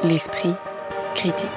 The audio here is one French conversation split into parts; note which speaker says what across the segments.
Speaker 1: L'esprit critique.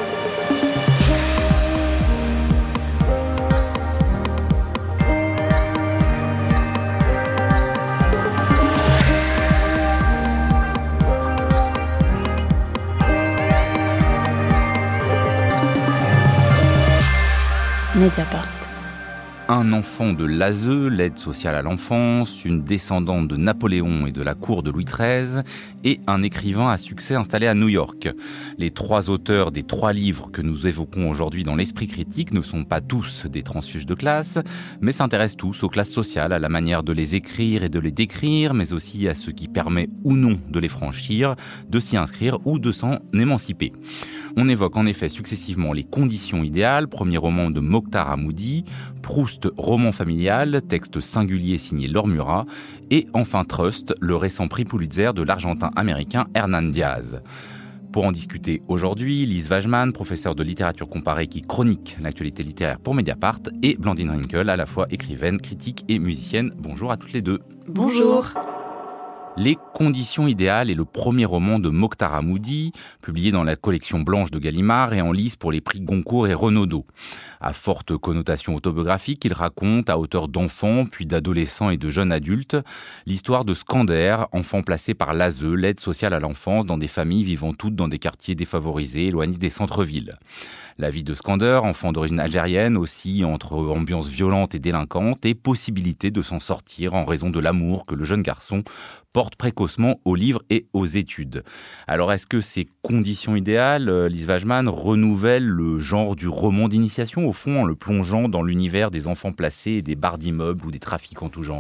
Speaker 1: Mediapart.
Speaker 2: Un enfant de l'ASE, l'aide sociale à l'enfance, une descendante de Napoléon et de la cour de Louis XIII, et un écrivain à succès installé à New York. Les 3 auteurs des 3 livres que nous évoquons aujourd'hui dans l'Esprit critique ne sont pas tous des transfuges de classe, mais s'intéressent tous aux classes sociales, à la manière de les écrire et de les décrire, mais aussi à ce qui permet ou non de les franchir, de s'y inscrire ou de s'en émanciper. On évoque en effet successivement Les Conditions idéales, premier roman de Mokhtar Hamoudi, Proust, roman familial, texte singulier signé Laure Murat, et enfin Trust, le récent prix Pulitzer de l'Argentin-américain Hernán Diaz. Pour en discuter aujourd'hui, Lise Wajman, professeure de littérature comparée qui chronique l'actualité littéraire pour Mediapart, et Blandine Rinkel, à la fois écrivaine, critique et musicienne. Bonjour à toutes les deux.
Speaker 1: Bonjour.
Speaker 2: Les Conditions idéales est le premier roman de Mokhtar Hamoudi, publié dans la collection blanche de Gallimard et en lice pour les prix Goncourt et Renaudot. À forte connotation autobiographique, il raconte, à hauteur d'enfants, puis d'adolescents et de jeunes adultes, l'histoire de Skander, enfant placé par l'ASE, l'aide sociale à l'enfance, dans des familles vivant toutes dans des quartiers défavorisés, éloignés des centres-villes. La vie de Skander, enfant d'origine algérienne, oscille entre ambiance violente et délinquante et possibilité de s'en sortir en raison de l'amour que le jeune garçon porte précocement aux livres et aux études. Alors, est-ce que ces conditions idéales, Lise Wajman, renouvellent le genre du roman d'initiation, au fond, en le plongeant dans l'univers des enfants placés et des barres d'immeubles ou des trafics en tout genre ?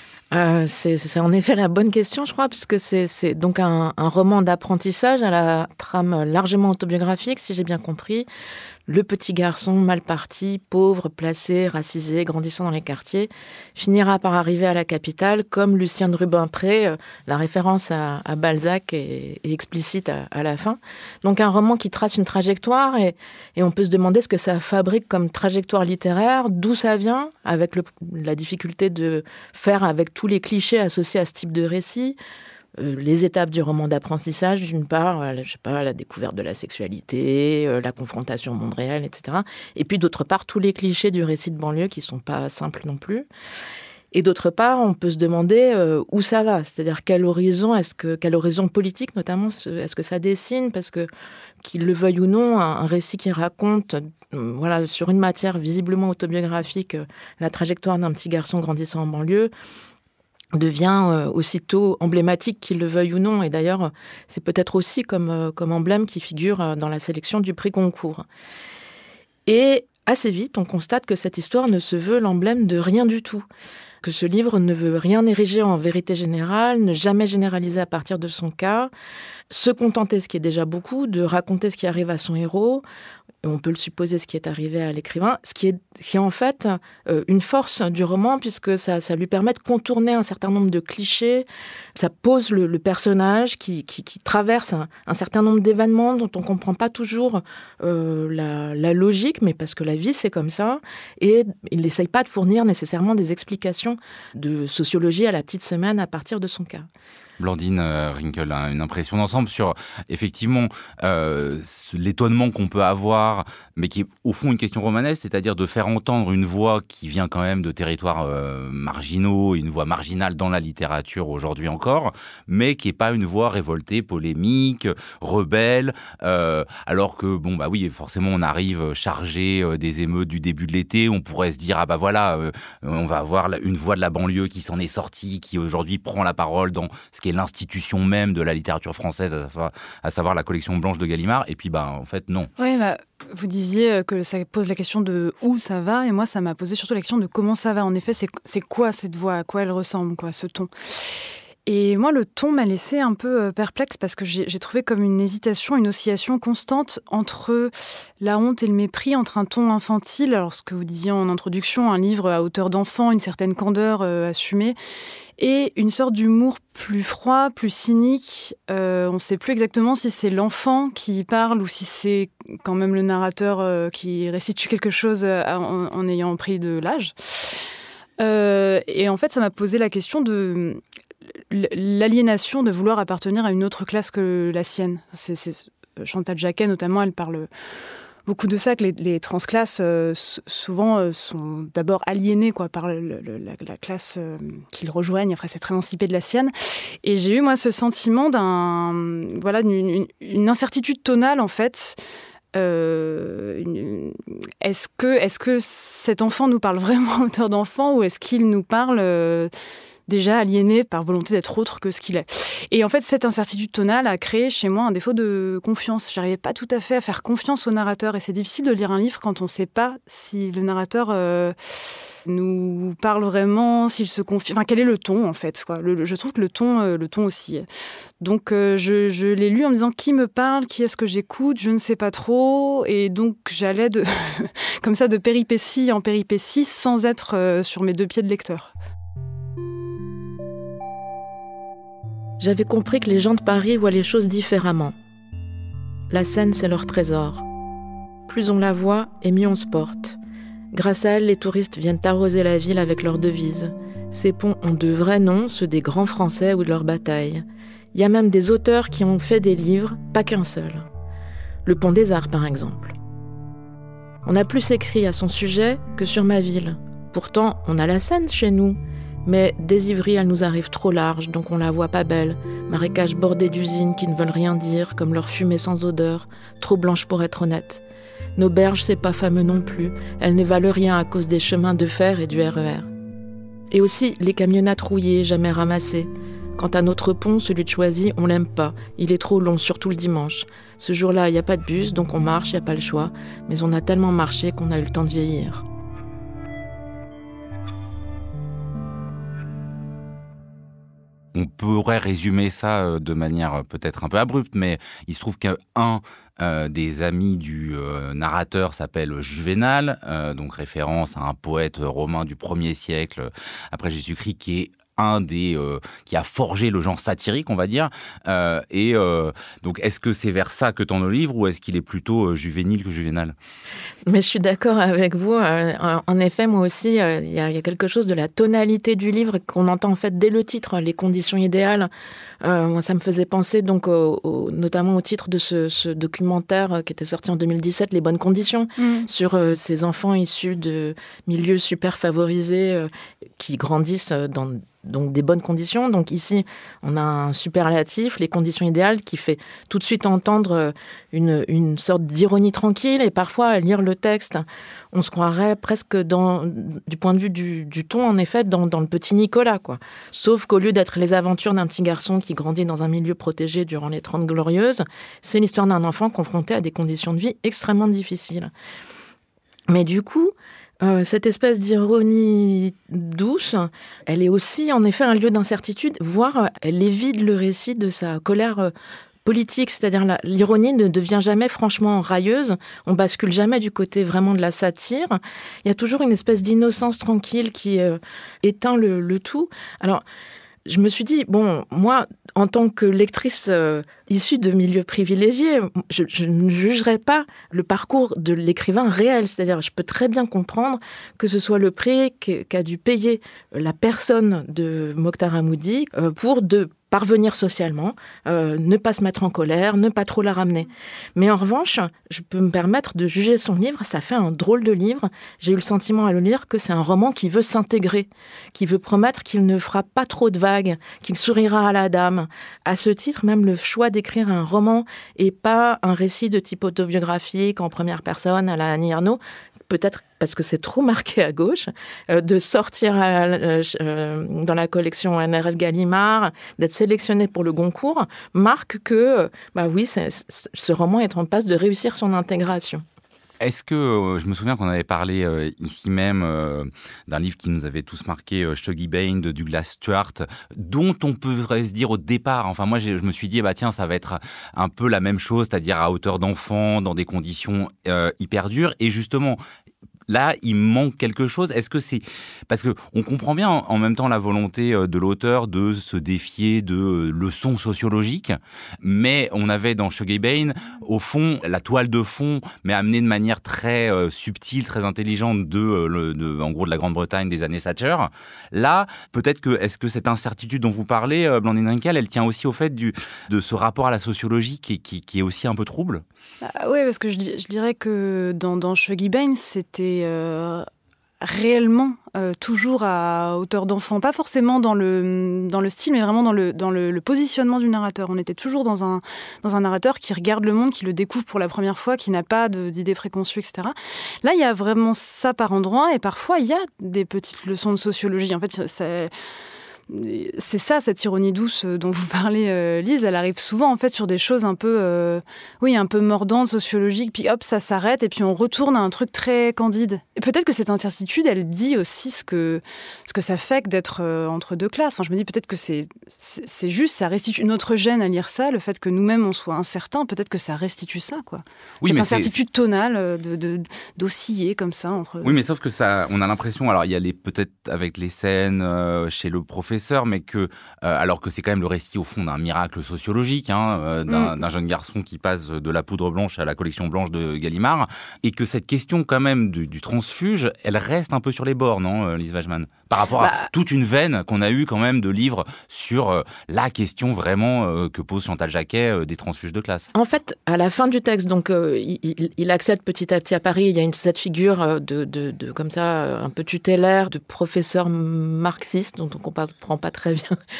Speaker 3: C'est en effet la bonne question, je crois, puisque c'est donc un roman d'apprentissage à la trame largement autobiographique, si j'ai bien compris. Le petit garçon mal parti, pauvre, placé, racisé, grandissant dans les quartiers, finira par arriver à la capitale comme Lucien de Rubempré. La référence à Balzac est explicite à la fin. Donc un roman qui trace une trajectoire et on peut se demander ce que ça fabrique comme trajectoire littéraire, d'où ça vient, avec la difficulté de faire avec tous les clichés associés à ce type de récit. Les étapes du roman d'apprentissage, d'une part, la découverte de la sexualité, la confrontation au monde réel, etc. Et puis d'autre part, tous les clichés du récit de banlieue qui sont pas simples non plus. Et d'autre part, on peut se demander où ça va, c'est-à-dire quel horizon politique notamment, est-ce que ça dessine, parce que qu'il le veuille ou non, un récit qui raconte, sur une matière visiblement autobiographique, la trajectoire d'un petit garçon grandissant en banlieue, devient aussitôt emblématique, qu'il le veuille ou non. Et d'ailleurs, c'est peut-être aussi comme emblème qui figure dans la sélection du prix Goncourt. Et assez vite, on constate que cette histoire ne se veut l'emblème de rien du tout. Que ce livre ne veut rien ériger en vérité générale, ne jamais généraliser à partir de son cas, se contenter, ce qui est déjà beaucoup, de raconter ce qui arrive à son héros, et on peut le supposer, ce qui est arrivé à l'écrivain, ce qui est en fait une force du roman, puisque ça lui permet de contourner un certain nombre de clichés, ça pose le personnage qui traverse un certain nombre d'événements dont on ne comprend pas toujours la logique, mais parce que la vie c'est comme ça, et il n'essaye pas de fournir nécessairement des explications de sociologie à la petite semaine à partir de son cas.
Speaker 2: Blandine Rinkel a une impression d'ensemble sur, effectivement, l'étonnement qu'on peut avoir, mais qui est au fond une question romanesque, c'est-à-dire de faire entendre une voix qui vient quand même de territoires marginaux, une voix marginale dans la littérature aujourd'hui encore, mais qui n'est pas une voix révoltée, polémique, rebelle, alors que, oui, forcément, on arrive chargé des émeutes du début de l'été, on pourrait se dire, on va avoir une voix de la banlieue qui s'en est sortie, qui aujourd'hui prend la parole dans ce qui est l'institution même de la littérature française, à savoir la collection blanche de Gallimard, et puis en fait non.
Speaker 4: Oui, vous disiez que ça pose la question de où ça va, et moi ça m'a posé surtout la question de comment ça va. En effet, c'est quoi cette voix, à quoi elle ressemble, ce ton. Et moi, le ton m'a laissé un peu perplexe parce que j'ai trouvé comme une hésitation, une oscillation constante entre la honte et le mépris, entre un ton infantile, alors ce que vous disiez en introduction, un livre à hauteur d'enfant, une certaine candeur assumée, et une sorte d'humour plus froid, plus cynique. On ne sait plus exactement si c'est l'enfant qui parle ou si c'est quand même le narrateur qui récite quelque chose en ayant pris de l'âge. Et en fait, ça m'a posé la question de l'aliénation de vouloir appartenir à une autre classe que la sienne. Chantal Jacquet notamment, elle parle beaucoup de ça, que les transclasses souvent sont d'abord aliénées par la classe qu'ils rejoignent. Après, c'est très émancipé de la sienne. Et j'ai eu, moi, ce sentiment d'une incertitude tonale, en fait. Est-ce que cet enfant nous parle vraiment à hauteur d'enfant ou est-ce qu'il nous parle déjà aliéné par volonté d'être autre que ce qu'il est. Et en fait, cette incertitude tonale a créé chez moi un défaut de confiance. J'arrivais pas tout à fait à faire confiance au narrateur. Et c'est difficile de lire un livre quand on ne sait pas si le narrateur nous parle vraiment, s'il se confie... Enfin, quel est le ton, en fait, quoi. Je trouve que le ton aussi. Donc, je l'ai lu en me disant qui me parle, qui est-ce que j'écoute, je ne sais pas trop. Et donc, j'allais comme ça de péripétie en péripétie sans être sur mes 2 pieds de lecteur.
Speaker 3: J'avais compris que les gens de Paris voient les choses différemment. La Seine, c'est leur trésor. Plus on la voit, et mieux on se porte. Grâce à elle, les touristes viennent arroser la ville avec leurs devises. Ces ponts ont de vrais noms, ceux des grands Français ou de leurs batailles. Il y a même des auteurs qui ont fait des livres, pas qu'un seul. Le Pont des Arts, par exemple. On a plus écrit à son sujet que sur ma ville. Pourtant, on a la Seine chez nous. Mais des Ivry, elle nous arrive trop large, donc on la voit pas belle. Marécages bordés d'usines qui ne veulent rien dire, comme leur fumée sans odeur, trop blanche pour être honnête. Nos berges, c'est pas fameux non plus. Elles ne valent rien à cause des chemins de fer et du RER. Et aussi les camionnettes rouillées, jamais ramassées. Quant à notre pont, celui de Choisy, on l'aime pas. Il est trop long, surtout le dimanche. Ce jour-là, il n'y a pas de bus, donc on marche, il n'y a pas le choix. Mais on a tellement marché qu'on a eu le temps de vieillir.
Speaker 2: On pourrait résumer ça de manière peut-être un peu abrupte, mais il se trouve qu'un des amis du narrateur s'appelle Juvénal, donc référence à un poète romain du 1er siècle après Jésus-Christ qui est un des qui a forgé le genre satirique, on va dire. Donc, est-ce que c'est vers ça que tend le livre ou est-ce qu'il est plutôt juvénile que juvénal ?
Speaker 3: Mais je suis d'accord avec vous. En effet, moi aussi, il y a quelque chose de la tonalité du livre qu'on entend en fait dès le titre, les conditions idéales. Moi, ça me faisait penser donc notamment au titre de ce documentaire qui était sorti en 2017, Les bonnes conditions, sur ces enfants issus de milieux super favorisés qui grandissent dans donc des bonnes conditions. Donc ici, on a un superlatif, les conditions idéales, qui fait tout de suite entendre une sorte d'ironie tranquille. Et parfois, à lire le texte, on se croirait presque du point de vue du ton, en effet, dans le petit Nicolas, quoi. Sauf qu'au lieu d'être les aventures d'un petit garçon qui grandit dans un milieu protégé durant les 30 Glorieuses, c'est l'histoire d'un enfant confronté à des conditions de vie extrêmement difficiles. Mais du coup, cette espèce d'ironie douce, elle est aussi en effet un lieu d'incertitude, voire elle évite le récit de sa colère politique, c'est-à-dire l'ironie ne devient jamais franchement railleuse, on bascule jamais du côté vraiment de la satire, il y a toujours une espèce d'innocence tranquille qui éteint le tout. Alors, je me suis dit, bon, moi, en tant que lectrice issue de milieux privilégiés, je ne jugerai pas le parcours de l'écrivain réel. C'est-à-dire, je peux très bien comprendre que ce soit le prix qu'a dû payer la personne de Mokhtar Hamoudi pour parvenir socialement, ne pas se mettre en colère, ne pas trop la ramener. Mais en revanche, je peux me permettre de juger son livre, ça fait un drôle de livre. J'ai eu le sentiment à le lire que c'est un roman qui veut s'intégrer, qui veut promettre qu'il ne fera pas trop de vagues, qu'il sourira à la dame. À ce titre, même le choix d'écrire un roman et pas un récit de type autobiographique en première personne à la Annie Ernaux, peut-être parce que c'est trop marqué à gauche, de sortir dans la collection NRF Gallimard, d'être sélectionné pour le Goncourt, marque que, ce roman est en passe de réussir son intégration.
Speaker 2: Est-ce que, je me souviens qu'on avait parlé ici même d'un livre qui nous avait tous marqué, Shoghi Bain de Douglas Stuart, dont on pourrait se dire au départ, enfin moi je me suis dit, tiens, ça va être un peu la même chose, c'est-à-dire à hauteur d'enfant, dans des conditions hyper dures, et justement, là, il manque quelque chose. Est-ce que c'est... Parce qu'on comprend bien en même temps la volonté de l'auteur de se défier de leçons sociologiques, mais on avait dans Shuggie Bain, au fond, la toile de fond, mais amenée de manière très subtile, très intelligente en gros de la Grande-Bretagne des années Thatcher. Là, peut-être est-ce que cette incertitude dont vous parlez, Blandine Rinkel, elle tient aussi au fait de ce rapport à la sociologie qui est aussi un peu trouble?
Speaker 4: Oui, parce que je dirais que dans Shuggie Bain, c'était réellement toujours à hauteur d'enfant, pas forcément dans le style, mais vraiment dans le positionnement du narrateur. On était toujours dans un narrateur qui regarde le monde, qui le découvre pour la première fois, qui n'a pas d'idées préconçues, etc. Là, il y a vraiment ça par endroit, et parfois, il y a des petites leçons de sociologie. En fait, c'est ça, cette ironie douce dont vous parlez, Lise, elle arrive souvent en fait sur des choses un peu mordantes, sociologiques, puis hop, ça s'arrête et puis on retourne à un truc très candide. Et peut-être que cette incertitude, elle dit aussi ce que ça fait que d'être entre deux classes. Enfin, je me dis peut-être que c'est juste, ça restitue une autre gêne à lire ça, le fait que nous-mêmes on soit incertains, peut-être que ça restitue ça, quoi.
Speaker 2: Oui,
Speaker 4: cette incertitude tonale d'osciller comme ça entre.
Speaker 2: Oui, mais sauf que ça, on a l'impression, alors il y a peut-être avec les scènes chez le professeur, mais alors que c'est quand même le récit au fond d'un miracle sociologique, d'un jeune garçon qui passe de la poudre blanche à la collection blanche de Gallimard, et que cette question quand même du transfuge, elle reste un peu sur les bords, non, Lise Wajman, par rapport à toute une veine qu'on a eue quand même de livres sur la question vraiment que pose Chantal Jacquet des transfuges de classe.
Speaker 3: En fait, à la fin du texte, donc il accède petit à petit à Paris. Il y a cette figure de comme ça un peu tutélaire de professeur marxiste dont on comprend pas très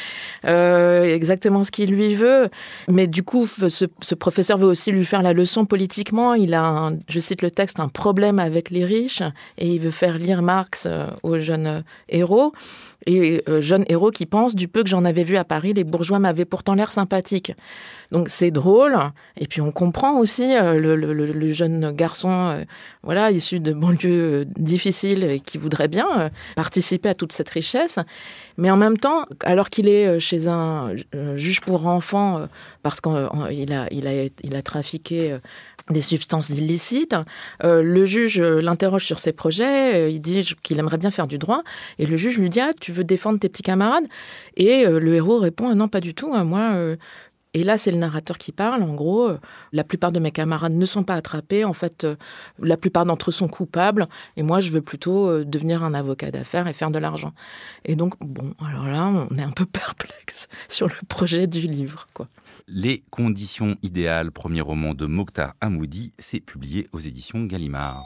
Speaker 3: bien exactement ce qu'il lui veut, mais du coup ce professeur veut aussi lui faire la leçon politiquement. Il a, je cite le texte, un problème avec les riches et il veut faire lire Marx aux jeunes héros. Et jeune héros qui pense, du peu que j'en avais vu à Paris, les bourgeois m'avaient pourtant l'air sympathiques. Donc c'est drôle. Et puis on comprend aussi le jeune garçon, issu de banlieues difficiles et qui voudrait bien participer à toute cette richesse. Mais en même temps, alors qu'il est chez un juge pour enfants, parce qu'il a trafiqué des substances illicites, le juge l'interroge sur ses projets, il dit qu'il aimerait bien faire du droit, et le juge lui dit « Ah, tu veux défendre tes petits camarades ?» Et le héros répond « Ah non, pas du tout, moi... » Et là, c'est le narrateur qui parle. En gros, la plupart de mes camarades ne sont pas attrapés. En fait, la plupart d'entre eux sont coupables. Et moi, je veux plutôt devenir un avocat d'affaires et faire de l'argent. Et donc, bon, alors là, on est un peu perplexe sur le projet du livre, quoi.
Speaker 2: Les conditions idéales, premier roman de Mokhtar Hamoudi, c'est publié aux éditions Gallimard.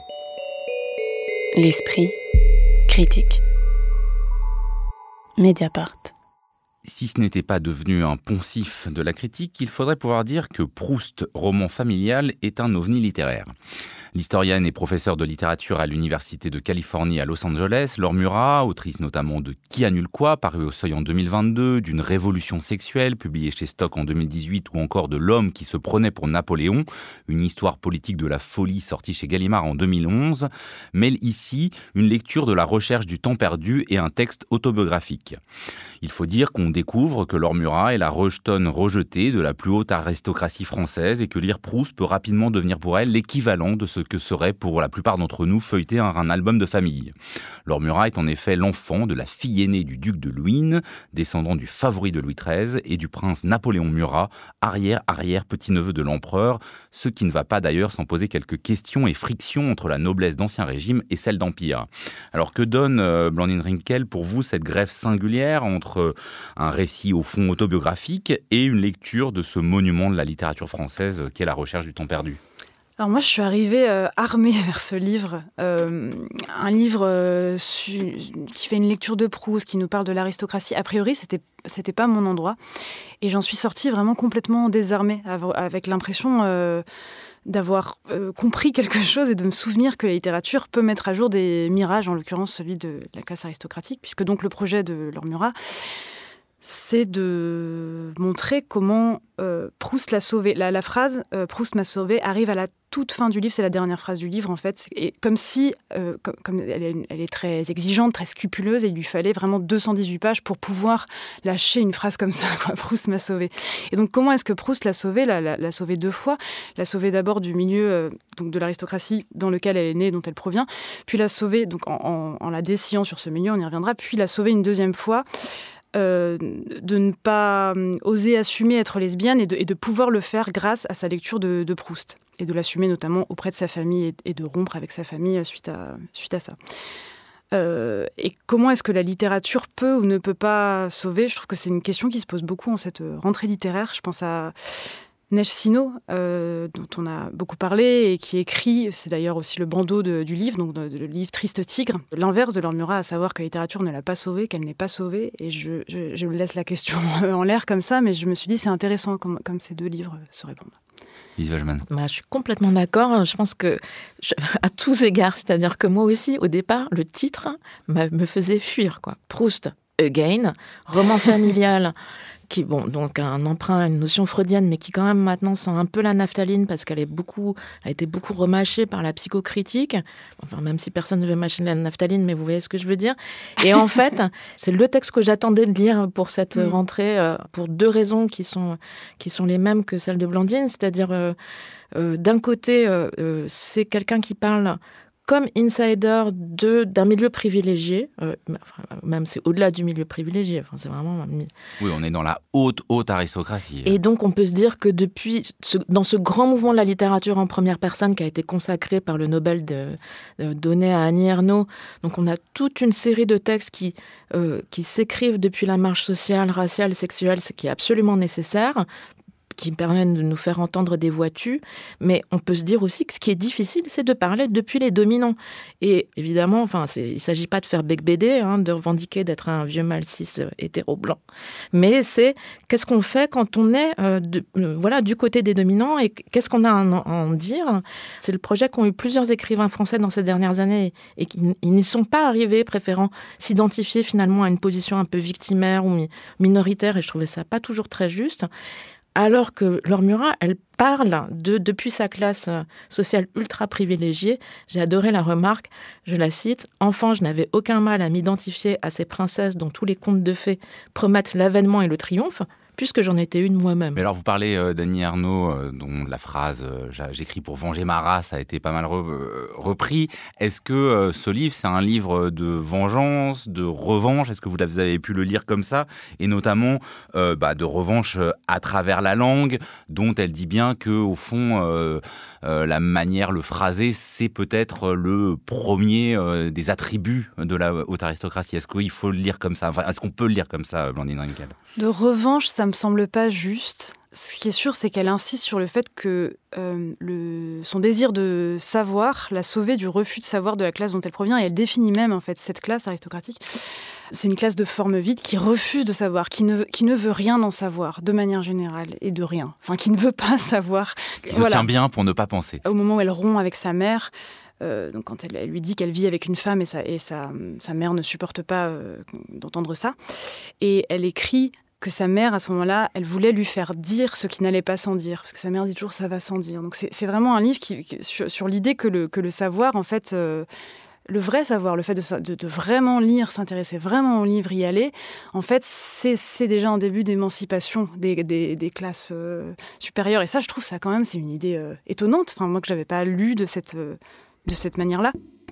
Speaker 1: L'esprit critique. Mediapart.
Speaker 2: Si ce n'était pas devenu un poncif de la critique, il faudrait pouvoir dire que Proust, roman familial, est un ovni littéraire. L'historienne et professeure de littérature à l'Université de Californie à Los Angeles, Laure Murat, autrice notamment de Qui annule quoi, paru au Seuil en 2022, d'une révolution sexuelle, publiée chez Stock en 2018, ou encore de L'homme qui se prenait pour Napoléon, une histoire politique de la folie sortie chez Gallimard en 2011, mêle ici une lecture de la recherche du temps perdu et un texte autobiographique. Il faut dire qu'on découvre que Laure Murat est la rejetonne rejetée de la plus haute aristocratie française et que lire Proust peut rapidement devenir pour elle l'équivalent de ce que serait pour la plupart d'entre nous feuilleter un album de famille. Laure Murat est en effet l'enfant de la fille aînée du duc de Luynes, descendant du favori de Louis XIII et du prince Napoléon Murat, arrière-petit-neveu de l'empereur, ce qui ne va pas d'ailleurs sans poser quelques questions et frictions entre la noblesse d'Ancien Régime et celle d'Empire. Alors que donne, Blandine Rinkel, pour vous cette greffe singulière entre un récit au fond autobiographique et une lecture de ce monument de la littérature française qu'est La recherche du temps perdu?
Speaker 4: Alors moi, je suis arrivée armée vers ce livre, un livre qui fait une lecture de Proust, qui nous parle de l'aristocratie. A priori, c'était pas mon endroit, et j'en suis sortie vraiment complètement désarmée, avec l'impression d'avoir compris quelque chose et de me souvenir que la littérature peut mettre à jour des mirages, en l'occurrence celui de la classe aristocratique, puisque donc le projet de Laure Murat, c'est de montrer comment Proust l'a sauvé. La phrase « Proust m'a sauvé » arrive à la toute fin du livre, c'est la dernière phrase du livre en fait, et comme si, comme elle est très exigeante, très scrupuleuse, et il lui fallait vraiment 218 pages pour pouvoir lâcher une phrase comme ça, quoi. Proust m'a sauvé. Et donc comment est-ce que Proust l'a sauvé ? L'a sauvé 2 fois. L'a sauvé d'abord du milieu donc de l'aristocratie dans lequel elle est née, dont elle provient, puis l'a sauvé donc en la dessillant sur ce milieu, on y reviendra, puis l'a sauvé une 2e fois. De ne pas oser assumer être lesbienne et de pouvoir le faire grâce à sa lecture de Proust et de l'assumer notamment auprès de sa famille et de rompre avec sa famille suite à ça. Et comment est-ce que la littérature peut ou ne peut pas sauver ? Je trouve que c'est une question qui se pose beaucoup en cette rentrée littéraire. Je pense à Neige Sino, dont on a beaucoup parlé et qui écrit, c'est d'ailleurs aussi le bandeau du livre, donc le livre Triste Tigre, l'inverse de Laure Murat, à savoir que la littérature ne l'a pas sauvée, qu'elle n'est pas sauvée. Et je laisse la question en l'air comme ça, mais je me suis dit c'est intéressant comme ces 2 livres se répondent.
Speaker 2: Lise Wajman.
Speaker 3: Je suis complètement d'accord. Je pense que, à tous égards, c'est-à-dire que moi aussi, au départ, le titre me faisait fuir, quoi. Proust, Again, roman familial, qui, donc un emprunt à une notion freudienne, mais qui quand même maintenant sent un peu la naphtaline parce qu'elle a été beaucoup remâchée par la psychocritique. Enfin, même si personne ne veut mâcher la naphtaline, mais vous voyez ce que je veux dire. Et en fait, c'est le texte que j'attendais de lire pour cette rentrée, pour 2 raisons qui sont les mêmes que celles de Blandine. C'est-à-dire, d'un côté, c'est quelqu'un qui parle comme insider d'un milieu privilégié, même c'est au-delà du milieu privilégié, enfin, c'est vraiment...
Speaker 2: Oui, on est dans la haute aristocratie.
Speaker 3: Et donc on peut se dire que dans ce grand mouvement de la littérature en première personne qui a été consacré par le Nobel donné à Annie Ernaux, donc on a toute une série de textes qui s'écrivent depuis la marche sociale, raciale, sexuelle, ce qui est absolument nécessaire, qui permettent de nous faire entendre des voix tues, mais on peut se dire aussi que ce qui est difficile, c'est de parler depuis les dominants. Et évidemment, il ne s'agit pas de faire bec-bédé, de revendiquer d'être un vieux mâle cis hétéro-blanc, mais c'est qu'est-ce qu'on fait quand on est du côté des dominants et qu'est-ce qu'on a à en dire. C'est le projet qu'ont eu plusieurs écrivains français dans ces dernières années et qui n'y sont pas arrivés, préférant s'identifier finalement à une position un peu victimaire ou minoritaire, et je trouvais ça pas toujours très juste. Alors que Laure Murat, elle parle depuis sa classe sociale ultra privilégiée. J'ai adoré la remarque, je la cite. « Enfant, je n'avais aucun mal à m'identifier à ces princesses dont tous les contes de fées promettent l'avènement et le triomphe, puisque j'en étais une moi-même. »
Speaker 2: Mais alors, vous parlez d'Annie Ernaux, dont la phrase « J'écris pour venger ma race » a été pas mal repris. Est-ce que ce livre, c'est un livre de vengeance, de revanche ? Est-ce que vous avez pu le lire comme ça ? Et notamment de revanche à travers la langue, dont elle dit bien qu'au fond, la manière, le phrasé, c'est peut-être le premier des attributs de la haute aristocratie. Est-ce qu'il faut le lire comme ça ? Enfin, est-ce qu'on peut le lire comme ça, Blandine Rinkel ?
Speaker 4: De revanche, ça me semble pas juste. Ce qui est sûr, c'est qu'elle insiste sur le fait que son désir de savoir l'a sauvée du refus de savoir de la classe dont elle provient. Et elle définit même, en fait, cette classe aristocratique. C'est une classe de forme vide qui refuse de savoir, qui ne veut rien en savoir, de manière générale, et de rien. Enfin, qui ne veut pas savoir.
Speaker 2: Qui se tient bien pour ne pas penser.
Speaker 4: Au moment où elle rompt avec sa mère, donc quand elle lui dit qu'elle vit avec une femme et sa mère ne supporte pas d'entendre ça. Et elle écrit que sa mère, à ce moment-là, elle voulait lui faire dire ce qui n'allait pas sans dire. Parce que sa mère dit toujours « ça va sans dire ». Donc c'est vraiment un livre sur l'idée que le savoir, en fait, le vrai savoir, le fait de vraiment lire, s'intéresser vraiment au livre, y aller, en fait, c'est déjà un début d'émancipation des classes supérieures. Et ça, je trouve ça quand même, c'est une idée étonnante. Enfin, moi que j'avais pas lu de cette manière-là.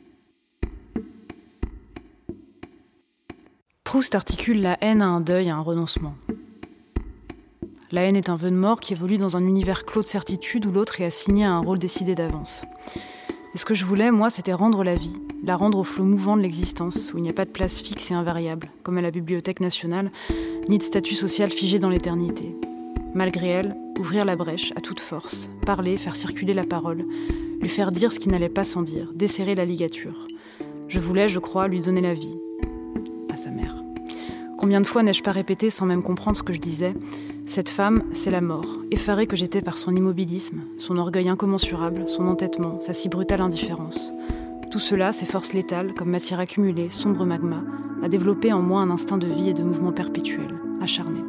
Speaker 4: Proust articule la haine à un deuil, à un renoncement. La haine est un vœu de mort qui évolue dans un univers clos de certitude où l'autre est assigné à un rôle décidé d'avance. Et ce que je voulais, moi, c'était rendre la vie, la rendre au flot mouvant de l'existence, où il n'y a pas de place fixe et invariable, comme à la Bibliothèque nationale, ni de statut social figé dans l'éternité. Malgré elle, ouvrir la brèche à toute force, parler, faire circuler la parole, lui faire dire ce qui n'allait pas sans dire, desserrer la ligature. Je voulais, je crois, lui donner la vie. À sa mère. Combien de fois n'ai-je pas répété sans même comprendre ce que je disais ? Cette femme, c'est la mort, effarée que j'étais par son immobilisme, son orgueil incommensurable, son entêtement, sa si brutale indifférence. Tout cela, ces forces létales, comme matière accumulée, sombre magma, a développé en moi un instinct de vie et de mouvement perpétuel, acharnée.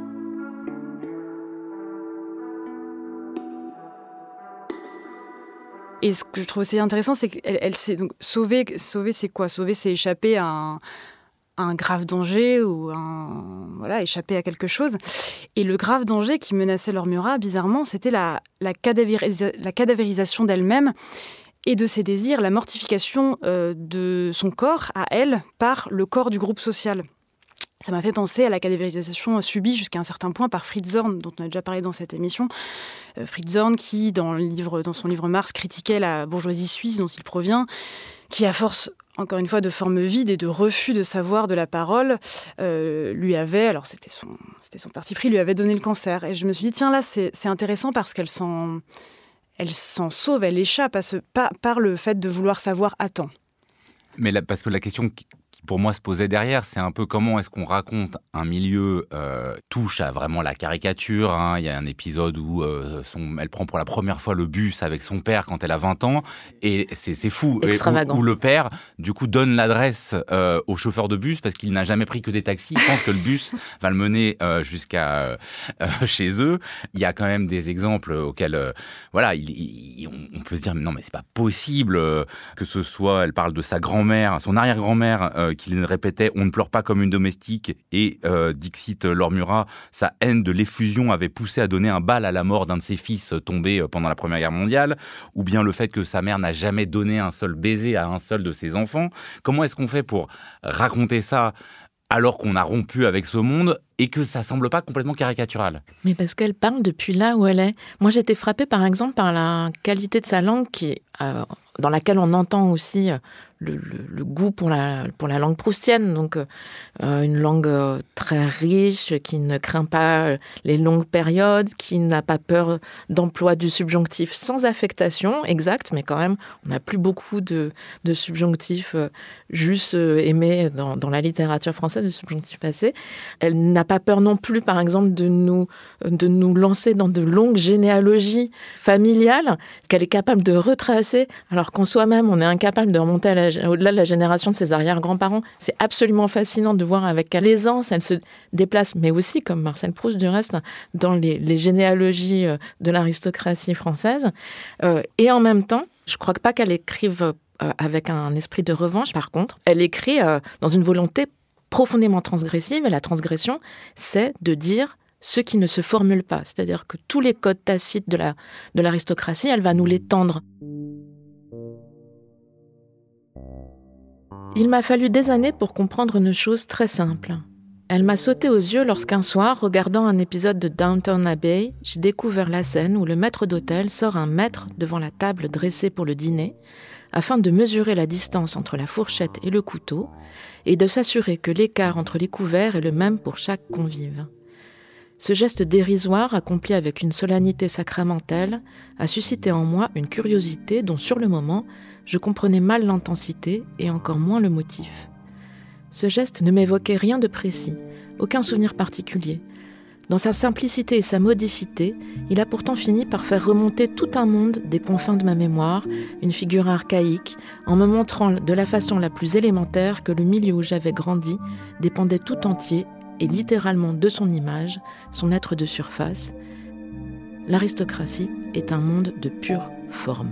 Speaker 4: Et ce que je trouve aussi intéressant, c'est qu'elle s'est donc sauver, c'est quoi ? Sauver, c'est échapper à un grave danger ou échapper à quelque chose. Et le grave danger qui menaçait Laure Murat, bizarrement, c'était la cadavérisation d'elle-même et de ses désirs, la mortification de son corps à elle par le corps du groupe social. Ça m'a fait penser à la cadavérisation subie jusqu'à un certain point par Fritz Zorn, dont on a déjà parlé dans cette émission. Fritz Zorn qui, dans son livre Mars, critiquait la bourgeoisie suisse dont il provient, qui, à force, encore une fois, de forme vide et de refus de savoir de la parole, lui avait, alors c'était son parti pris, lui avait donné le cancer. Et je me suis dit, tiens, là, c'est intéressant parce qu'elle s'en sauve, elle échappe par le fait de vouloir savoir à temps.
Speaker 2: Mais là, parce que la question qui pour moi se posait derrière, c'est un peu comment est-ce qu'on raconte un milieu touche à vraiment la caricature. Hein. Il y a un épisode où elle prend pour la première fois le bus avec son père quand elle a 20 ans et c'est fou.
Speaker 3: Extravagant.
Speaker 2: Où le père, du coup, donne l'adresse au chauffeur de bus parce qu'il n'a jamais pris que des taxis. Il pense que le bus va le mener jusqu'à chez eux. Il y a quand même des exemples auxquels, on peut se dire, mais non, mais c'est pas possible que ce soit, elle parle de sa grand-mère, son arrière-grand-mère, qui répétait « On ne pleure pas comme une domestique » et dixit Laure Murat, sa haine de l'effusion avait poussé à donner un bal à la mort d'un de ses fils tombé pendant la Première Guerre mondiale, ou bien le fait que sa mère n'a jamais donné un seul baiser à un seul de ses enfants. Comment est-ce qu'on fait pour raconter ça alors qu'on a rompu avec ce monde et que ça semble pas complètement caricatural?
Speaker 3: Mais parce qu'elle parle depuis là où elle est. Moi, j'étais frappée, par exemple, par la qualité de sa langue dans laquelle on entend aussi le goût pour la langue proustienne. Donc, une langue très riche, qui ne craint pas les longues périodes, qui n'a pas peur d'emploi du subjonctif sans affectation exacte, mais quand même, on n'a plus beaucoup de subjonctifs juste aimés dans la littérature française, de subjonctifs passés. Elle n'a pas peur non plus, par exemple, de nous lancer dans de longues généalogies familiales qu'elle est capable de retracer, alors qu'en soi-même, on est incapable de remonter au-delà de la génération de ses arrière-grands-parents. C'est absolument fascinant de voir avec quelle aisance elle se déplace, mais aussi, comme Marcel Proust du reste, dans les généalogies de l'aristocratie française. Et en même temps, je ne crois pas qu'elle écrive avec un esprit de revanche. Par contre, elle écrit dans une volonté profondément transgressive, et la transgression, c'est de dire ce qui ne se formule pas. C'est-à-dire que tous les codes tacites de l'aristocratie, elle va nous les tendre. Il m'a fallu des années pour comprendre une chose très simple. Elle m'a sauté aux yeux lorsqu'un soir, regardant un épisode de Downton Abbey, j'ai découvert la scène où le maître d'hôtel sort un maître devant la table dressée pour le dîner, afin de mesurer la distance entre la fourchette et le couteau, et de s'assurer que l'écart entre les couverts est le même pour chaque convive. Ce geste dérisoire, accompli avec une solennité sacramentelle, a suscité en moi une curiosité dont, sur le moment, je comprenais mal l'intensité et encore moins le motif. Ce geste ne m'évoquait rien de précis, aucun souvenir particulier. Dans sa simplicité et sa modicité, il a pourtant fini par faire remonter tout un monde des confins de ma mémoire, une figure archaïque, en me montrant de la façon la plus élémentaire que le milieu où j'avais grandi dépendait tout entier et littéralement de son image, son être de surface. L'aristocratie est un monde de pure forme.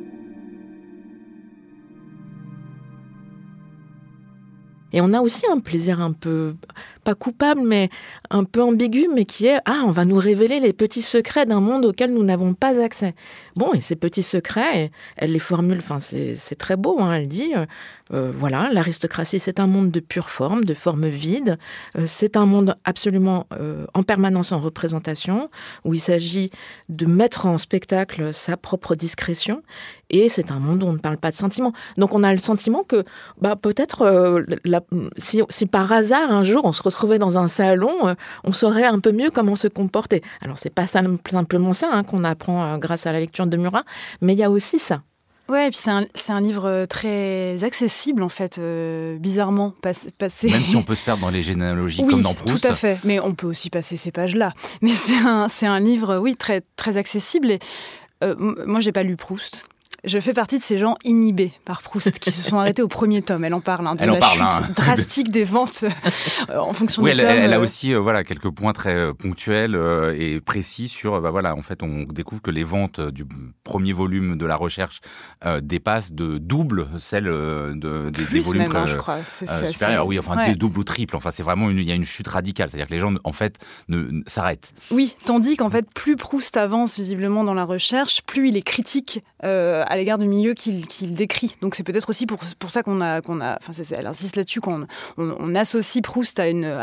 Speaker 3: Et on a aussi un plaisir un peu, pas coupable, mais un peu ambigu, mais qui est « Ah, on va nous révéler les petits secrets d'un monde auquel nous n'avons pas accès. » Bon, et ces petits secrets, elle les formule, enfin, c'est très beau, hein, elle dit voilà, l'aristocratie, c'est un monde de pure forme, de forme vide. C'est un monde absolument en permanence en représentation, où il s'agit de mettre en spectacle sa propre discrétion. Et c'est un monde où on ne parle pas de sentiments. Donc on a le sentiment que peut-être si par hasard un jour on se retrouvait dans un salon, on saurait un peu mieux comment se comporter. Alors c'est pas simplement ça qu'on apprend grâce à la lecture de Murat, mais il y a aussi ça.
Speaker 4: Ouais, et puis c'est un livre très accessible en fait, bizarrement.
Speaker 2: Même si on peut se perdre dans les généalogies comme dans Proust.
Speaker 4: Tout à fait, mais on peut aussi passer ces pages-là. Mais c'est un livre, oui, très, très accessible. Et moi, j'ai pas lu Proust. Je fais partie de ces gens inhibés par Proust qui se sont arrêtés au premier tome. Elle en parle de la chute drastique des ventes en fonction des tomes.
Speaker 2: Elle a aussi quelques points très ponctuels et précis sur en fait on découvre que les ventes du premier volume de La Recherche dépassent de double celles des volumes
Speaker 4: même, je crois. C'est
Speaker 2: supérieurs. Oui, enfin double ou triple. Enfin c'est vraiment il y a une chute radicale. C'est-à-dire que les gens en fait s'arrêtent.
Speaker 4: Oui, tandis qu'en fait plus Proust avance visiblement dans La Recherche, plus il est critique à l'égard du milieu qu'il décrit. Donc c'est peut-être aussi pour ça qu'on a elle insiste là-dessus quand on associe Proust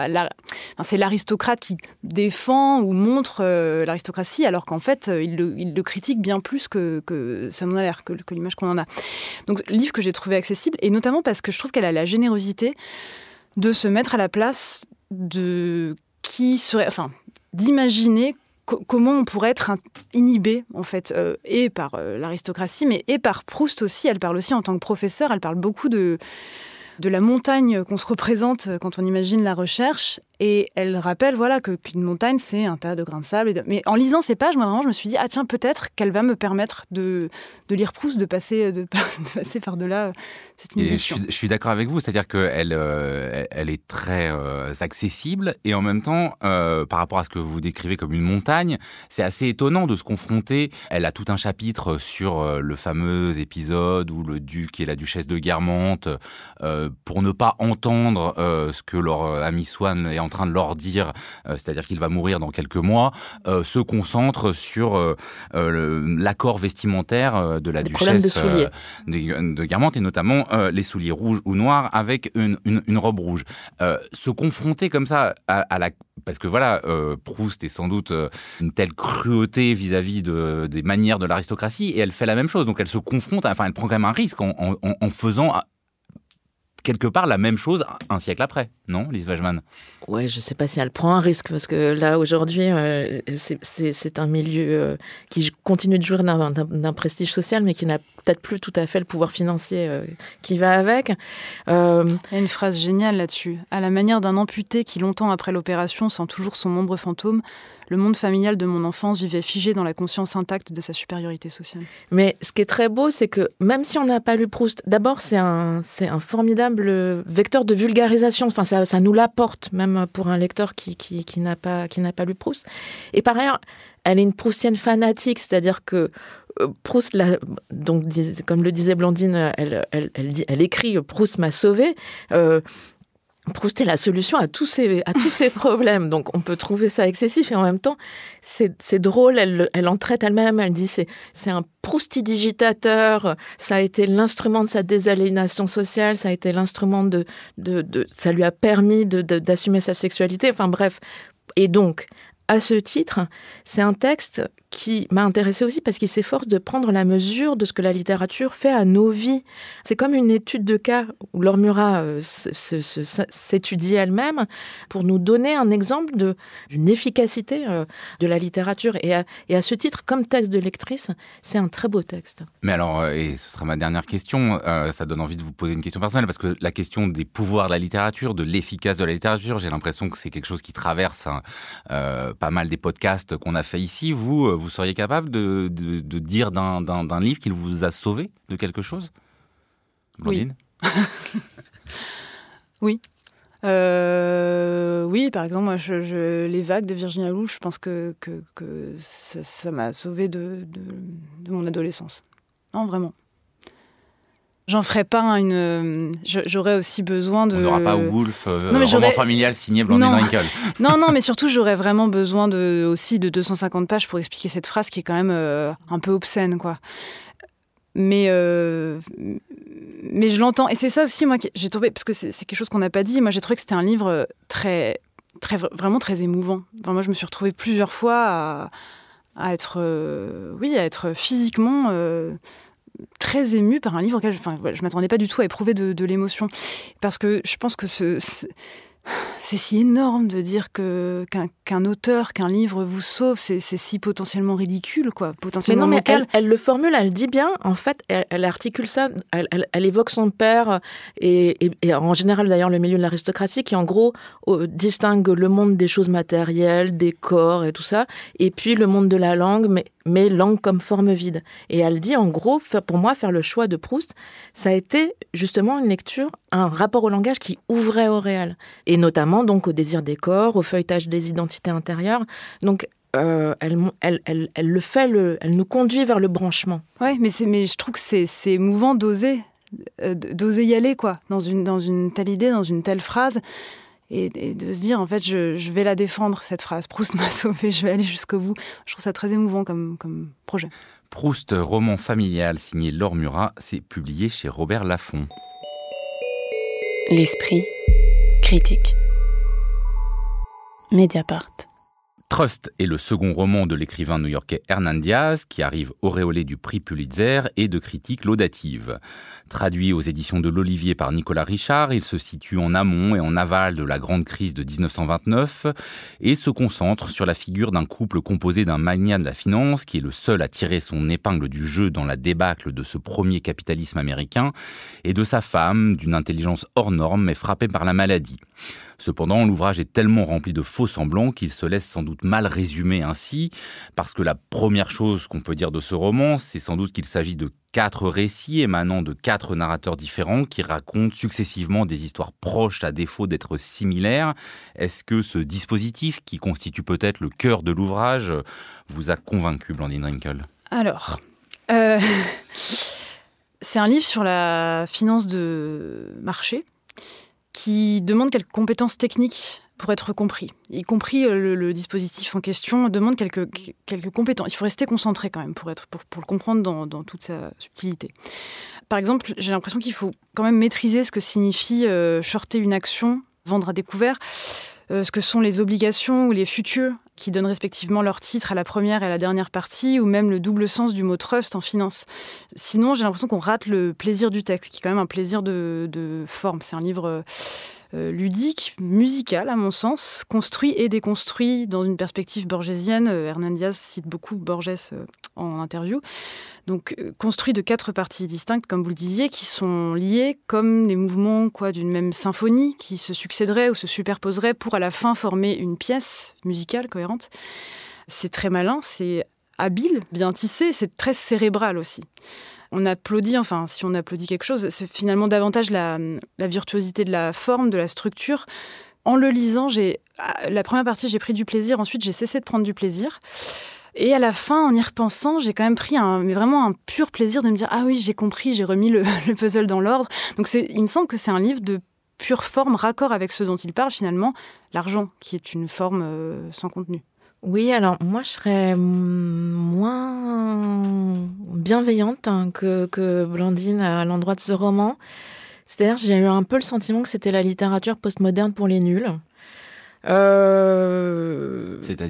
Speaker 4: c'est l'aristocrate qui défend ou montre l'aristocratie, alors qu'en fait il le critique bien plus que ça n'en a l'air, que l'image qu'on en a. Donc livre que j'ai trouvé accessible, et notamment parce que je trouve qu'elle a la générosité de se mettre à la place de qui serait, d'imaginer comment on pourrait être inhibé, en fait, et par l'aristocratie, mais et par Proust aussi. Elle parle aussi en tant que professeur, elle parle beaucoup de la montagne qu'on se représente quand on imagine La Recherche. Et elle rappelle qu'une montagne, c'est un tas de grains de sable. Mais en lisant ces pages, moi, vraiment, je me suis dit, tiens, peut-être qu'elle va me permettre de lire Proust, de passer par-delà cette inhibition.
Speaker 2: Je suis d'accord avec vous, c'est-à-dire qu'elle elle est très accessible, et en même temps, par rapport à ce que vous décrivez comme une montagne, c'est assez étonnant de se confronter. Elle a tout un chapitre sur le fameux épisode où le duc et la duchesse de Guermantes, pour ne pas entendre ce que leur ami Swann est en train de leur dire, c'est-à-dire qu'il va mourir dans quelques mois, se concentre sur l'accord vestimentaire de la duchesse de Guermantes, et notamment les souliers rouges ou noirs avec une robe rouge. Se confronter comme ça parce que Proust est sans doute une telle cruauté vis-à-vis des manières de l'aristocratie, et elle fait la même chose. Donc elle se confronte, elle prend quand même un risque en faisant quelque part la même chose un siècle après, non, Lise Wajman?
Speaker 3: Ouais, je sais pas si elle prend un risque, parce que là, aujourd'hui, c'est un milieu qui continue de jouir d'un prestige social, mais qui n'a peut-être plus tout à fait le pouvoir financier qui va avec.
Speaker 4: Il y a une phrase géniale là-dessus. À la manière d'un amputé qui, longtemps après l'opération, sent toujours son ombre fantôme, le monde familial de mon enfance vivait figé dans la conscience intacte de sa supériorité sociale.
Speaker 3: Mais ce qui est très beau, c'est que même si on n'a pas lu Proust, d'abord c'est un formidable vecteur de vulgarisation. Enfin, ça nous l'apporte, même pour un lecteur qui n'a pas lu Proust. Et par ailleurs, elle est une proustienne fanatique, c'est-à-dire que Proust, donc, comme le disait Blandine, elle écrit « Proust m'a sauvée ». Proust est la solution à tous ces problèmes. Donc, on peut trouver ça excessif, et en même temps, c'est drôle. Elle en traite elle-même. Elle dit c'est un proustidigitateur. Ça a été l'instrument de sa désaliénation sociale. Ça a été l'instrument ça lui a permis d'assumer sa sexualité. Enfin, bref. Et donc, à ce titre, c'est un texte qui m'a intéressée aussi parce qu'il s'efforce de prendre la mesure de ce que la littérature fait à nos vies. C'est comme une étude de cas où Laure Murat s'étudie elle-même pour nous donner un exemple d'une efficacité de la littérature. Et à ce titre, comme texte de lectrice, c'est un très beau texte.
Speaker 2: Mais alors, et ce sera ma dernière question, ça donne envie de vous poser une question personnelle, parce que la question des pouvoirs de la littérature, de l'efficace de la littérature, j'ai l'impression que c'est quelque chose qui traverse pas mal des podcasts qu'on a fait ici. Vous seriez capable de dire d'un livre qu'il vous a sauvé de quelque chose? Blandine?
Speaker 4: Oui. Oui, par exemple, moi, Les Vagues de Virginia Woolf, je pense que ça m'a sauvée de mon adolescence. Non, vraiment. J'en ferai pas j'aurais aussi besoin de...
Speaker 2: On n'aura pas Woolf, roman familial signé Blandine Rinkel.
Speaker 4: Non, mais surtout, j'aurais vraiment besoin aussi de 250 pages pour expliquer cette phrase qui est quand même un peu obscène, quoi. Mais je l'entends. Et c'est ça aussi, moi, que j'ai trouvé, parce que c'est quelque chose qu'on n'a pas dit, moi, j'ai trouvé que c'était un livre vraiment très émouvant. Enfin, moi, je me suis retrouvée plusieurs fois à être physiquement... très émue par un livre auquel je m'attendais pas du tout à éprouver de l'émotion, parce que je pense que c'est si énorme de dire qu'un auteur, qu'un livre vous sauve, c'est si potentiellement ridicule, quoi, potentiellement local.
Speaker 3: Elle le formule, elle dit bien, en fait, elle articule ça, elle évoque son père, et en général d'ailleurs le milieu de l'aristocratie, qui en gros distingue le monde des choses matérielles, des corps et tout ça, et puis le monde de la langue, mais langue comme forme vide. Et elle dit, en gros, pour moi, faire le choix de Proust, ça a été justement une lecture, un rapport au langage qui ouvrait au réel. Et notamment, donc, au désir des corps, au feuilletage des identités intérieures. Donc, elle nous conduit vers le branchement.
Speaker 4: Ouais, mais je trouve que c'est émouvant d'oser y aller, quoi, dans une telle idée, dans une telle phrase. Et de se dire, en fait, je vais la défendre, cette phrase. Proust m'a sauvée, je vais aller jusqu'au bout. Je trouve ça très émouvant comme projet.
Speaker 2: Proust, roman familial signé Laure Murat, c'est publié chez Robert Laffont.
Speaker 1: L'esprit critique. Mediapart.
Speaker 2: Trust est le second roman de l'écrivain new-yorkais Hernan Diaz, qui arrive auréolé du prix Pulitzer et de critiques laudatives. Traduit aux éditions de l'Olivier par Nicolas Richard, il se situe en amont et en aval de la grande crise de 1929 et se concentre sur la figure d'un couple composé d'un magnat de la finance qui est le seul à tirer son épingle du jeu dans la débâcle de ce premier capitalisme américain et de sa femme, d'une intelligence hors norme mais frappée par la maladie. Cependant, l'ouvrage est tellement rempli de faux semblants qu'il se laisse sans doute mal résumer ainsi, parce que la première chose qu'on peut dire de ce roman, c'est sans doute qu'il s'agit de 4 récits émanant de 4 narrateurs différents qui racontent successivement des histoires proches à défaut d'être similaires. Est-ce que ce dispositif, qui constitue peut-être le cœur de l'ouvrage, vous a convaincu, Blandine Rinkel ?
Speaker 4: Alors, c'est un livre sur la finance de marché, qui demande quelques compétences techniques pour être compris. Y compris le dispositif en question demande quelques compétences. Il faut rester concentré quand même pour le comprendre dans toute sa subtilité. Par exemple, j'ai l'impression qu'il faut quand même maîtriser ce que signifie shorter une action, vendre à découvert, ce que sont les obligations ou les futures qui donnent respectivement leur titre à la première et à la dernière partie, ou même le double sens du mot trust en finance. Sinon, j'ai l'impression qu'on rate le plaisir du texte, qui est quand même un plaisir de forme. C'est un livre ludique, musical à mon sens, construit et déconstruit dans une perspective borgésienne. Hernan Diaz cite beaucoup Borges en interview. Donc construit de 4 parties distinctes, comme vous le disiez, qui sont liées comme les mouvements d'une même symphonie qui se succéderaient ou se superposeraient pour à la fin former une pièce musicale cohérente. C'est très malin, c'est habile, bien tissé, c'est très cérébral aussi. On applaudit, si on applaudit quelque chose, c'est finalement davantage la virtuosité de la forme, de la structure. En le lisant, la première partie, j'ai pris du plaisir, ensuite j'ai cessé de prendre du plaisir. Et à la fin, en y repensant, j'ai quand même pris vraiment un pur plaisir de me dire « Ah oui, j'ai compris, j'ai remis le puzzle dans l'ordre ». Donc il me semble que c'est un livre de pure forme, raccord avec ce dont il parle finalement, l'argent, qui est une forme sans contenu.
Speaker 3: Oui, alors moi je serais moins bienveillante que Blandine à l'endroit de ce roman. C'est-à-dire j'ai eu un peu le sentiment que c'était la littérature postmoderne pour les nuls.
Speaker 2: C'est-à-dire ?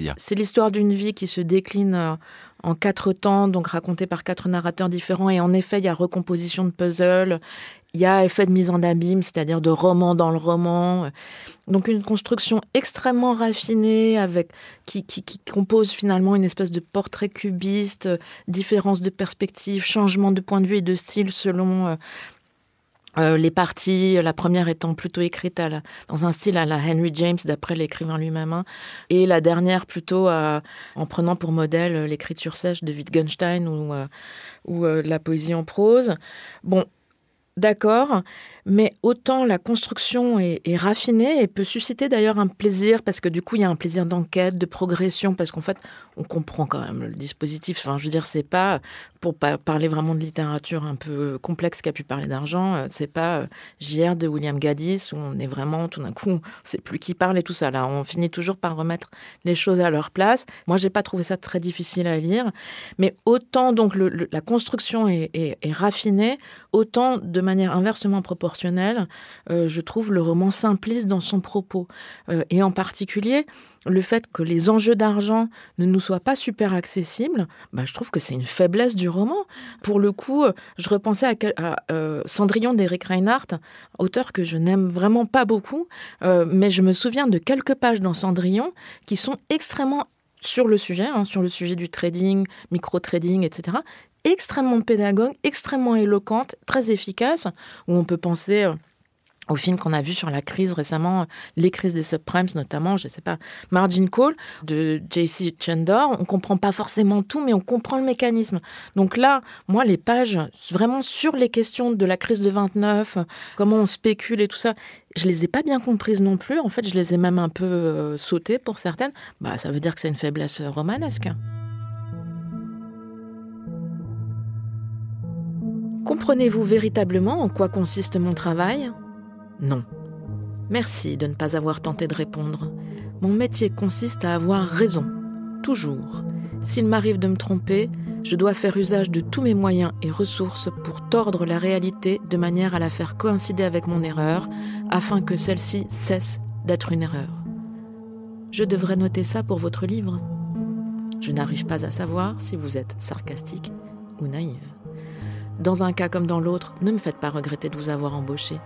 Speaker 3: C'est l'histoire d'une vie qui se décline en 4 temps, donc racontée par 4 narrateurs différents. Et en effet, il y a recomposition de puzzle, il y a effet de mise en abîme, c'est-à-dire de roman dans le roman. Donc une construction extrêmement raffinée qui compose finalement une espèce de portrait cubiste, différence de perspective, changement de point de vue et de style selon les parties, la première étant plutôt écrite dans un style à la Henry James, d'après l'écrivain lui-même, et la dernière plutôt en prenant pour modèle l'écriture sèche de Wittgenstein ou la poésie en prose. Bon, d'accord, mais autant la construction est raffinée et peut susciter d'ailleurs un plaisir, parce que du coup, il y a un plaisir d'enquête, de progression, parce qu'en fait, on comprend quand même le dispositif. Enfin, je veux dire, c'est pas, pour parler vraiment de littérature un peu complexe qui a pu parler d'argent, c'est pas JR de William Gaddis, où on est vraiment, tout d'un coup, on ne sait plus qui parle et tout ça. Là, on finit toujours par remettre les choses à leur place. Moi, j'ai pas trouvé ça très difficile à lire, mais autant donc la construction est raffinée, autant de manière inversement proportionnelle, je trouve le roman simpliste dans son propos. Et en particulier, le fait que les enjeux d'argent ne nous soient pas super accessibles, je trouve que c'est une faiblesse du roman. Pour le coup, je repensais à Cendrillon d'Éric Reinhardt, auteur que je n'aime vraiment pas beaucoup, mais je me souviens de quelques pages dans Cendrillon qui sont extrêmement sur le sujet du trading, micro-trading, etc., extrêmement pédagogue, extrêmement éloquente, très efficace, où on peut penser au film qu'on a vu sur la crise récemment, les crises des subprimes notamment, je sais pas, Margin Call de J.C. Chandor. On comprend pas forcément tout, mais on comprend le mécanisme. Donc là, moi, les pages vraiment sur les questions de la crise de 29, comment on spécule et tout ça, je les ai pas bien comprises non plus. En fait, je les ai même un peu sautées pour certaines. Bah, ça veut dire que c'est une faiblesse romanesque. Comprenez-vous véritablement en quoi consiste mon travail ? Non. Merci de ne pas avoir tenté de répondre. Mon métier consiste à avoir raison, toujours. S'il m'arrive de me tromper, je dois faire usage de tous mes moyens et ressources pour tordre la réalité de manière à la faire coïncider avec mon erreur, afin que celle-ci cesse d'être une erreur. Je devrais noter ça pour votre livre. Je n'arrive pas à savoir si vous êtes sarcastique ou naïve. Dans un cas comme dans l'autre, ne me faites pas regretter de vous avoir embauché.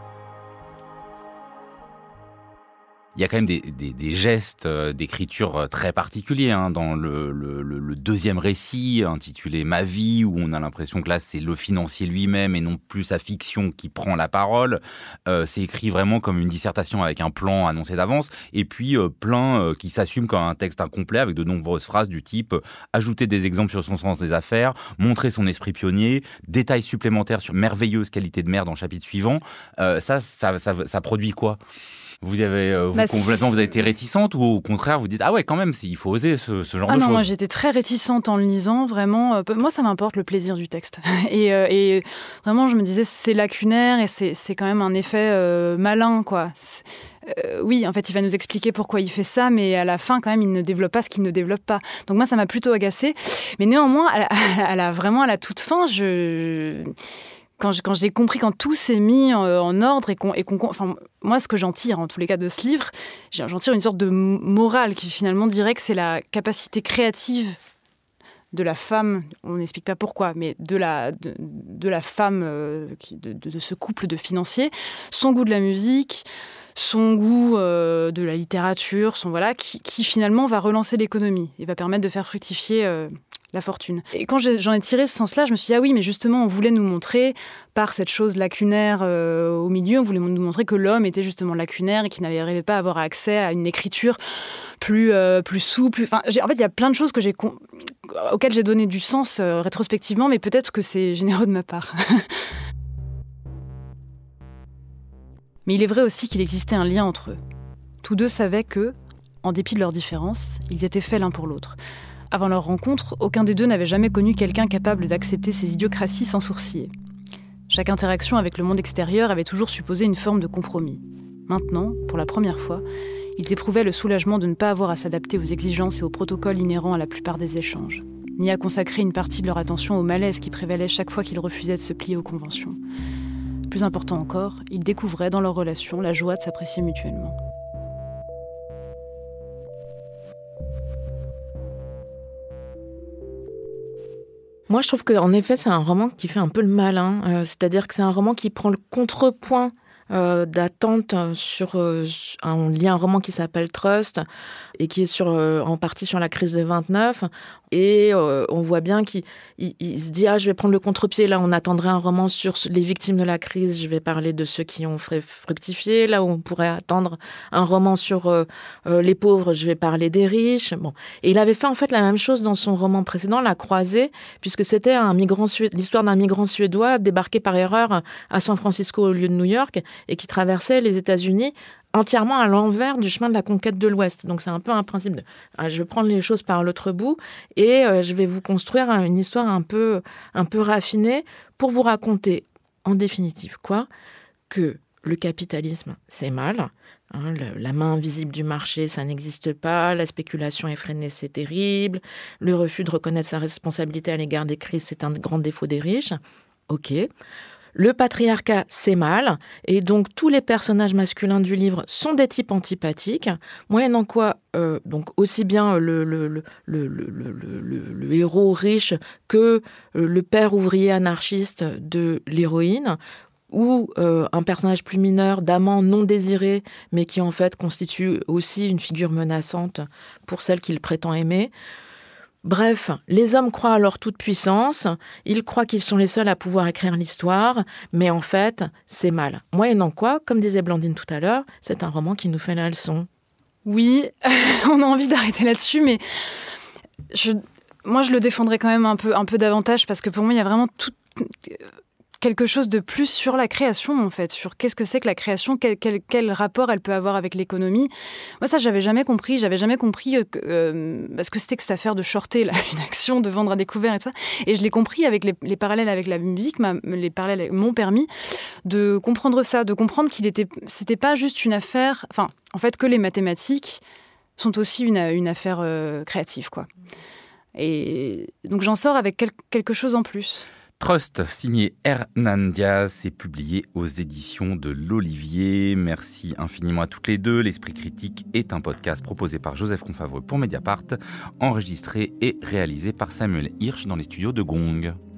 Speaker 2: Il y a quand même des gestes d'écriture très particuliers dans le deuxième récit intitulé « Ma vie » où on a l'impression que là c'est le financier lui-même et non plus sa fiction qui prend la parole. C'est écrit vraiment comme une dissertation avec un plan annoncé d'avance et puis plein qui s'assume comme un texte incomplet avec de nombreuses phrases du type « Ajouter des exemples sur son sens des affaires, montrer son esprit pionnier, détails supplémentaires sur merveilleuse qualité de mère dans le chapitre suivant ». Ça produit quoi ? Vous avez vous avez été réticente ou au contraire vous dites ah ouais quand même il faut oser ce genre de choses.
Speaker 4: Moi j'étais très réticente en le lisant vraiment. Moi ça m'importe le plaisir du texte et vraiment je me disais c'est lacunaire et c'est quand même un effet malin quoi. Oui, en fait, il va nous expliquer pourquoi il fait ça, mais à la fin, quand même, il ne développe pas ce qu'il ne développe pas. Donc moi, ça m'a plutôt agacée. Mais néanmoins, à la toute fin, Quand j'ai compris, quand tout s'est mis en ordre enfin, moi, ce que j'en tire, en tous les cas, de ce livre, j'en tire une sorte de morale qui finalement dirait que c'est la capacité créative de la femme, on n'explique pas pourquoi, mais de la femme, de ce couple de financiers, son goût de la musique, son goût de la littérature, qui finalement va relancer l'économie et va permettre de faire fructifier la fortune. Et quand j'en ai tiré ce sens-là, je me suis dit, ah oui, mais justement, on voulait nous montrer, par cette chose lacunaire au milieu, on voulait nous montrer que l'homme était justement lacunaire et qu'il n'arrivait pas à avoir accès à une écriture plus souple. Enfin, en fait, il y a plein de choses auxquelles j'ai donné du sens rétrospectivement, mais peut-être que c'est généreux de ma part. Mais il est vrai aussi qu'il existait un lien entre eux. Tous deux savaient que, en dépit de leurs différences, ils étaient faits l'un pour l'autre. Avant leur rencontre, aucun des deux n'avait jamais connu quelqu'un capable d'accepter ses idiocraties sans sourciller. Chaque interaction avec le monde extérieur avait toujours supposé une forme de compromis. Maintenant, pour la première fois, ils éprouvaient le soulagement de ne pas avoir à s'adapter aux exigences et aux protocoles inhérents à la plupart des échanges, ni à consacrer une partie de leur attention au malaise qui prévalait chaque fois qu'ils refusaient de se plier aux conventions. Plus important encore, ils découvraient dans leur relation la joie de s'apprécier mutuellement.
Speaker 3: Moi, je trouve qu'en effet, c'est un roman qui fait un peu le malin. C'est-à-dire que c'est un roman qui prend le contrepoint d'attente sur... on lit un roman qui s'appelle Trust et qui est en partie sur la crise de 29. Et on voit bien qu'il se dit « Ah, je vais prendre le contre-pied. Là, on attendrait un roman sur les victimes de la crise. Je vais parler de ceux qui ont fructifié. Là où on pourrait attendre un roman sur les pauvres, je vais parler des riches. » Bon. Et il avait fait en fait la même chose dans son roman précédent, La Croisée, puisque c'était l'histoire d'un migrant suédois débarqué par erreur à San Francisco au lieu de New York et qui traversait les États-Unis entièrement à l'envers du chemin de la conquête de l'Ouest. Donc c'est un peu un principe de je vais prendre les choses par l'autre bout et je vais vous construire une histoire un peu raffinée pour vous raconter en définitive quoi ? Que le capitalisme c'est mal, la main invisible du marché ça n'existe pas, la spéculation effrénée c'est terrible, le refus de reconnaître sa responsabilité à l'égard des crises c'est un grand défaut des riches. Ok. Le patriarcat, c'est mal, et donc tous les personnages masculins du livre sont des types antipathiques, moyennant quoi, donc aussi bien le héros riche que le père ouvrier anarchiste de l'héroïne, ou un personnage plus mineur d'amant non désiré, mais qui en fait constitue aussi une figure menaçante pour celle qu'il prétend aimer. Bref, les hommes croient à leur toute-puissance, ils croient qu'ils sont les seuls à pouvoir écrire l'histoire, mais en fait, c'est mal. Moyennant quoi, comme disait Blandine tout à l'heure, c'est un roman qui nous fait la leçon.
Speaker 4: Oui, on a envie d'arrêter là-dessus, mais moi je le défendrais quand même un peu davantage, parce que pour moi, il y a vraiment quelque chose de plus sur la création, en fait, sur qu'est-ce que c'est que la création, quel rapport elle peut avoir avec l'économie. Moi, ça, j'avais jamais compris ce que c'était que cette affaire de shorter là, une action, de vendre à découvert et tout ça. Et je l'ai compris avec les parallèles avec la musique, les parallèles m'ont permis de comprendre ça, de comprendre c'était pas juste une affaire, enfin, en fait, que les mathématiques sont aussi une affaire créative, quoi. Et donc, j'en sors avec quelque chose en plus.
Speaker 2: Trust, signé Hernan Diaz, est publié aux éditions de l'Olivier. Merci infiniment à toutes les deux. L'Esprit Critique est un podcast proposé par Joseph Confavreux pour Mediapart, enregistré et réalisé par Samuel Hirsch dans les studios de Gong.